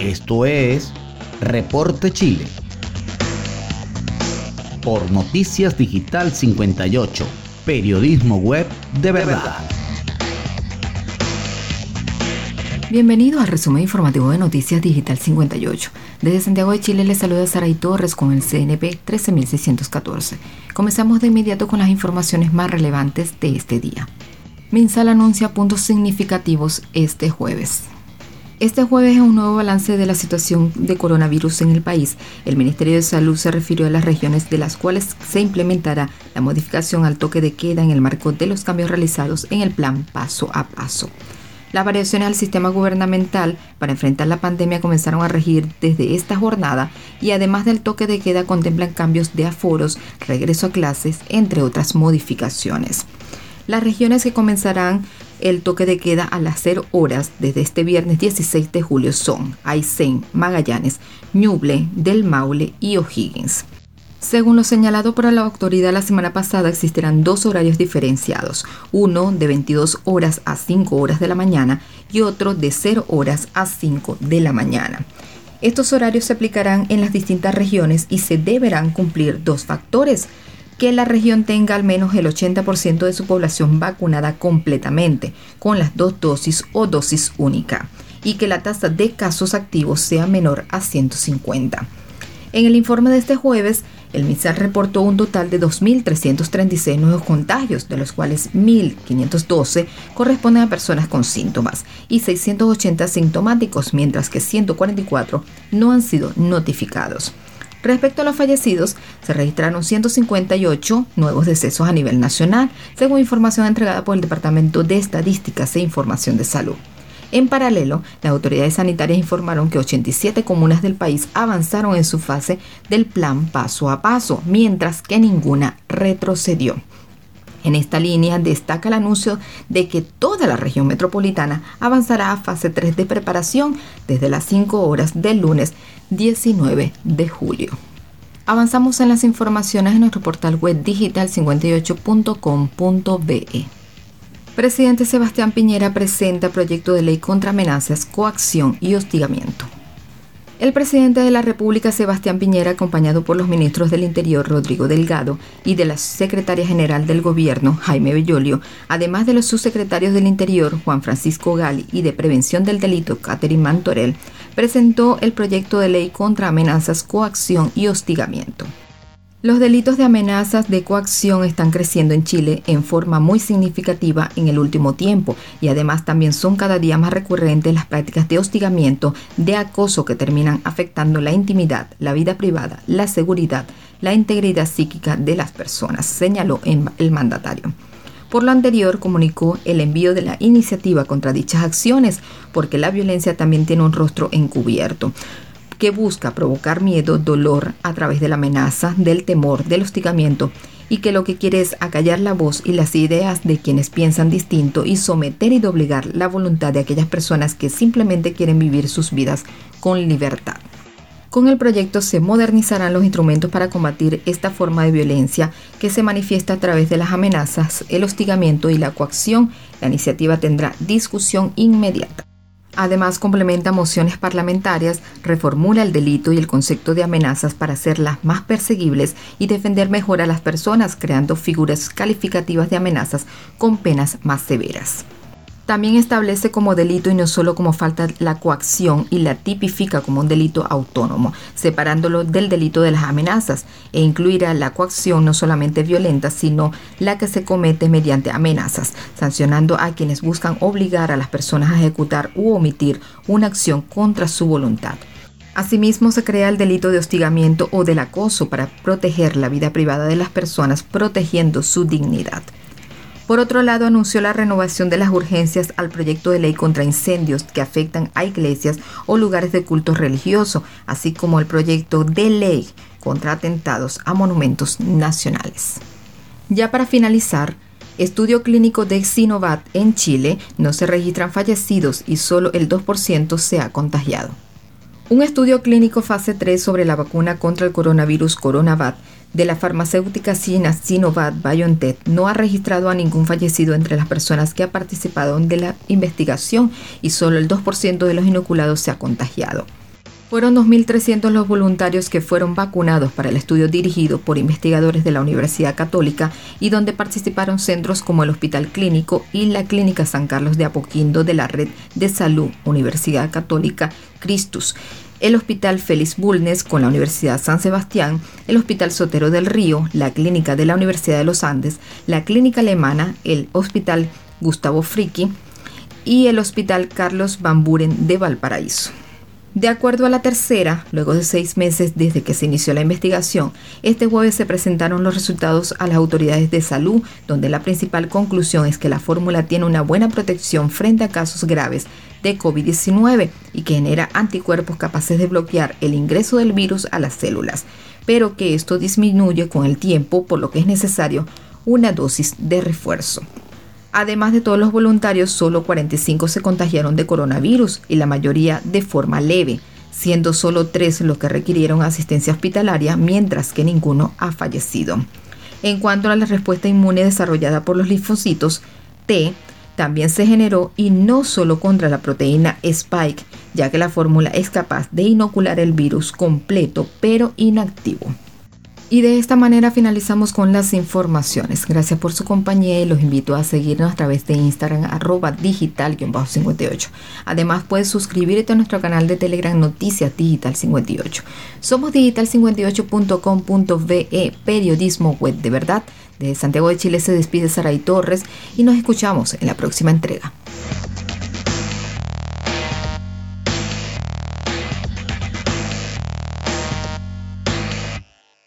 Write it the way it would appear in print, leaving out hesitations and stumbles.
Esto es Reporte Chile por Noticias Digital 58, periodismo web de verdad. Bienvenido al resumen informativo de Noticias Digital 58. Desde Santiago de Chile les saluda Saray Torres con el CNP 13614. Comenzamos de inmediato con las informaciones más relevantes de este día. MinSal anuncia puntos significativos este jueves. Este jueves, en un nuevo balance de la situación de coronavirus en el país, el Ministerio de Salud se refirió a las regiones de las cuales se implementará la modificación al toque de queda en el marco de los cambios realizados en el plan paso a paso. Las variaciones al sistema gubernamental para enfrentar la pandemia comenzaron a regir desde esta jornada y además del toque de queda contemplan cambios de aforos, regreso a clases, entre otras modificaciones. Las regiones que comenzarán el toque de queda a las 0 horas desde este viernes 16 de julio son Aysén, Magallanes, Ñuble, Del Maule y O'Higgins. Según lo señalado por la autoridad la semana pasada, existirán 2 horarios diferenciados, uno de 22 horas a 5 horas de la mañana y otro de 0 horas a 5 de la mañana. Estos horarios se aplicarán en las distintas regiones y se deberán cumplir 2 factores: que la región tenga al menos el 80% de su población vacunada completamente, con las 2 dosis o dosis única, y que la tasa de casos activos sea menor a 150. En el informe de este jueves, el MinSal reportó un total de 2.336 nuevos contagios, de los cuales 1.512 corresponden a personas con síntomas y 680 asintomáticos, mientras que 144 no han sido notificados. Respecto a los fallecidos, se registraron 158 nuevos decesos a nivel nacional, según información entregada por el Departamento de Estadísticas e Información de Salud. En paralelo, las autoridades sanitarias informaron que 87 comunas del país avanzaron en su fase del plan paso a paso, mientras que ninguna retrocedió. En esta línea destaca el anuncio de que toda la región metropolitana avanzará a fase 3 de preparación desde las 5 horas del lunes 19 de julio. Avanzamos en las informaciones en nuestro portal web digital58.com.be. Presidente Sebastián Piñera presenta proyecto de ley contra amenazas, coacción y hostigamiento. El presidente de la República, Sebastián Piñera, acompañado por los ministros del Interior, Rodrigo Delgado, y de la secretaria general del Gobierno, Jaime Bellolio, además de los subsecretarios del Interior, Juan Francisco Gali, y de Prevención del Delito, Catherine Mantorell, presentó el proyecto de ley contra amenazas, coacción y hostigamiento. Los delitos de amenazas de coacción están creciendo en Chile en forma muy significativa en el último tiempo y además también son cada día más recurrentes las prácticas de hostigamiento, de acoso que terminan afectando la intimidad, la vida privada, la seguridad, la integridad psíquica de las personas, señaló el mandatario. Por lo anterior, comunicó el envío de la iniciativa contra dichas acciones porque la violencia también tiene un rostro encubierto, que busca provocar miedo, dolor a través de la amenaza, del temor, del hostigamiento y que lo que quiere es acallar la voz y las ideas de quienes piensan distinto y someter y doblegar la voluntad de aquellas personas que simplemente quieren vivir sus vidas con libertad. Con el proyecto se modernizarán los instrumentos para combatir esta forma de violencia que se manifiesta a través de las amenazas, el hostigamiento y la coacción. La iniciativa tendrá discusión inmediata. Además, complementa mociones parlamentarias, reformula el delito y el concepto de amenazas para hacerlas más perseguibles y defender mejor a las personas, creando figuras calificativas de amenazas con penas más severas. También establece como delito y no solo como falta la coacción y la tipifica como un delito autónomo, separándolo del delito de las amenazas, e incluirá la coacción no solamente violenta, sino la que se comete mediante amenazas, sancionando a quienes buscan obligar a las personas a ejecutar u omitir una acción contra su voluntad. Asimismo, se crea el delito de hostigamiento o del acoso para proteger la vida privada de las personas, protegiendo su dignidad. Por otro lado, anunció la renovación de las urgencias al proyecto de ley contra incendios que afectan a iglesias o lugares de culto religioso, así como el proyecto de ley contra atentados a monumentos nacionales. Ya para finalizar, estudio clínico de Sinovac en Chile, no se registran fallecidos y solo el 2% se ha contagiado. Un estudio clínico fase 3 sobre la vacuna contra el coronavirus CoronaVac de la farmacéutica china Sinovac BioNTech no ha registrado a ningún fallecido entre las personas que han participado de la investigación y solo el 2% de los inoculados se ha contagiado. Fueron 2.300 los voluntarios que fueron vacunados para el estudio dirigido por investigadores de la Universidad Católica y donde participaron centros como el Hospital Clínico y la Clínica San Carlos de Apoquindo de la Red de Salud Universidad Católica Christus, el Hospital Félix Bulnes con la Universidad San Sebastián, el Hospital Sotero del Río, la Clínica de la Universidad de los Andes, la Clínica Alemana, el Hospital Gustavo Fricke y el Hospital Carlos Van Buren de Valparaíso. De acuerdo a la tercera, luego de 6 meses desde que se inició la investigación, este jueves se presentaron los resultados a las autoridades de salud, donde la principal conclusión es que la fórmula tiene una buena protección frente a casos graves de COVID-19 y que genera anticuerpos capaces de bloquear el ingreso del virus a las células, pero que esto disminuye con el tiempo, por lo que es necesario una dosis de refuerzo. Además de todos los voluntarios, solo 45 se contagiaron de coronavirus y la mayoría de forma leve, siendo solo 3 los que requirieron asistencia hospitalaria, mientras que ninguno ha fallecido. En cuanto a la respuesta inmune desarrollada por los linfocitos T, también se generó y no solo contra la proteína Spike, ya que la fórmula es capaz de inocular el virus completo pero inactivo. Y de esta manera finalizamos con las informaciones. Gracias por su compañía y los invito a seguirnos a través de Instagram @digital_58. Además puedes suscribirte a nuestro canal de Telegram Noticias Digital 58. Somos digital58.com.be, periodismo web de verdad. Desde Santiago de Chile se despide Saray Torres y nos escuchamos en la próxima entrega.